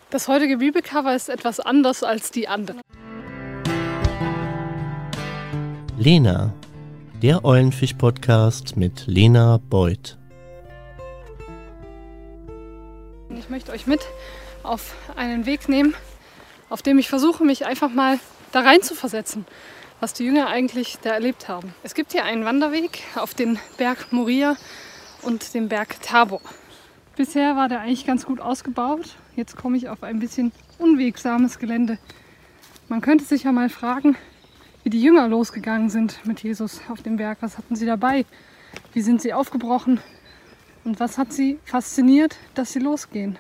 Das heutige Bibelcover ist etwas anders als die anderen. Lena, der Eulenfisch-Podcast mit Lena Beuth. Ich möchte euch mit auf einen Weg nehmen, auf dem ich versuche, mich einfach mal da rein zu versetzen, was die Jünger eigentlich da erlebt haben. Es gibt hier einen Wanderweg auf den Berg Moria und den Berg Tabor. Bisher war der eigentlich ganz gut ausgebaut. Jetzt komme ich auf ein bisschen unwegsames Gelände. Man könnte sich ja mal fragen, wie die Jünger losgegangen sind mit Jesus auf dem Berg. Was hatten sie dabei? Wie sind sie aufgebrochen? Und was hat sie fasziniert, dass sie losgehen?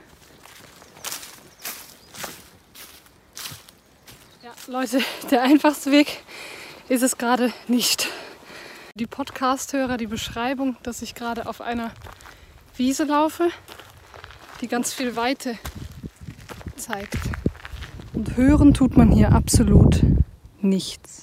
Ja, Leute, der einfachste Weg ist es gerade nicht. Die Podcast-Hörer, die Beschreibung, dass ich gerade auf einer Wiese laufe, die ganz viel Weite zeigt. Und hören tut man hier absolut nichts.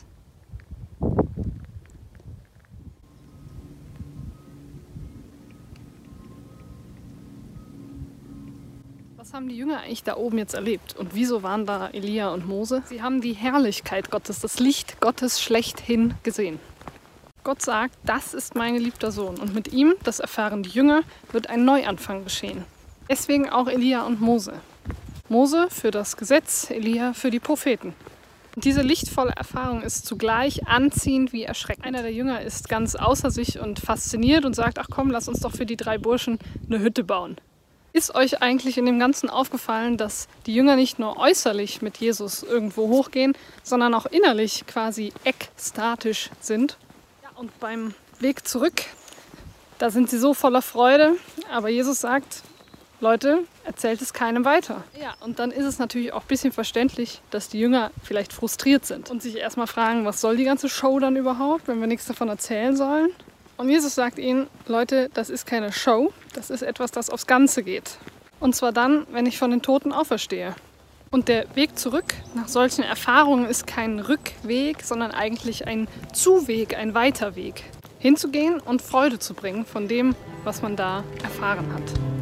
Was haben die Jünger eigentlich da oben jetzt erlebt? Und wieso waren da Elia und Mose? Sie haben die Herrlichkeit Gottes, das Licht Gottes schlechthin gesehen. Gott sagt, das ist mein geliebter Sohn. Und mit ihm, das erfahren die Jünger, wird ein Neuanfang geschehen. Deswegen auch Elia und Mose. Mose für das Gesetz, Elia für die Propheten. Und diese lichtvolle Erfahrung ist zugleich anziehend wie erschreckend. Einer der Jünger ist ganz außer sich und fasziniert und sagt, ach komm, lass uns doch für die 3 Burschen eine Hütte bauen. Ist euch eigentlich in dem Ganzen aufgefallen, dass die Jünger nicht nur äußerlich mit Jesus irgendwo hochgehen, sondern auch innerlich quasi ekstatisch sind? Und beim Weg zurück, da sind sie so voller Freude, aber Jesus sagt, Leute, erzählt es keinem weiter. Ja, und dann ist es natürlich auch ein bisschen verständlich, dass die Jünger vielleicht frustriert sind und sich erstmal fragen, was soll die ganze Show dann überhaupt, wenn wir nichts davon erzählen sollen? Und Jesus sagt ihnen, Leute, das ist keine Show, das ist etwas, das aufs Ganze geht. Und zwar dann, wenn ich von den Toten auferstehe. Und der Weg zurück nach solchen Erfahrungen ist kein Rückweg, sondern eigentlich ein Zuweg, ein Weiterweg. Hinzugehen und Freude zu bringen von dem, was man da erfahren hat.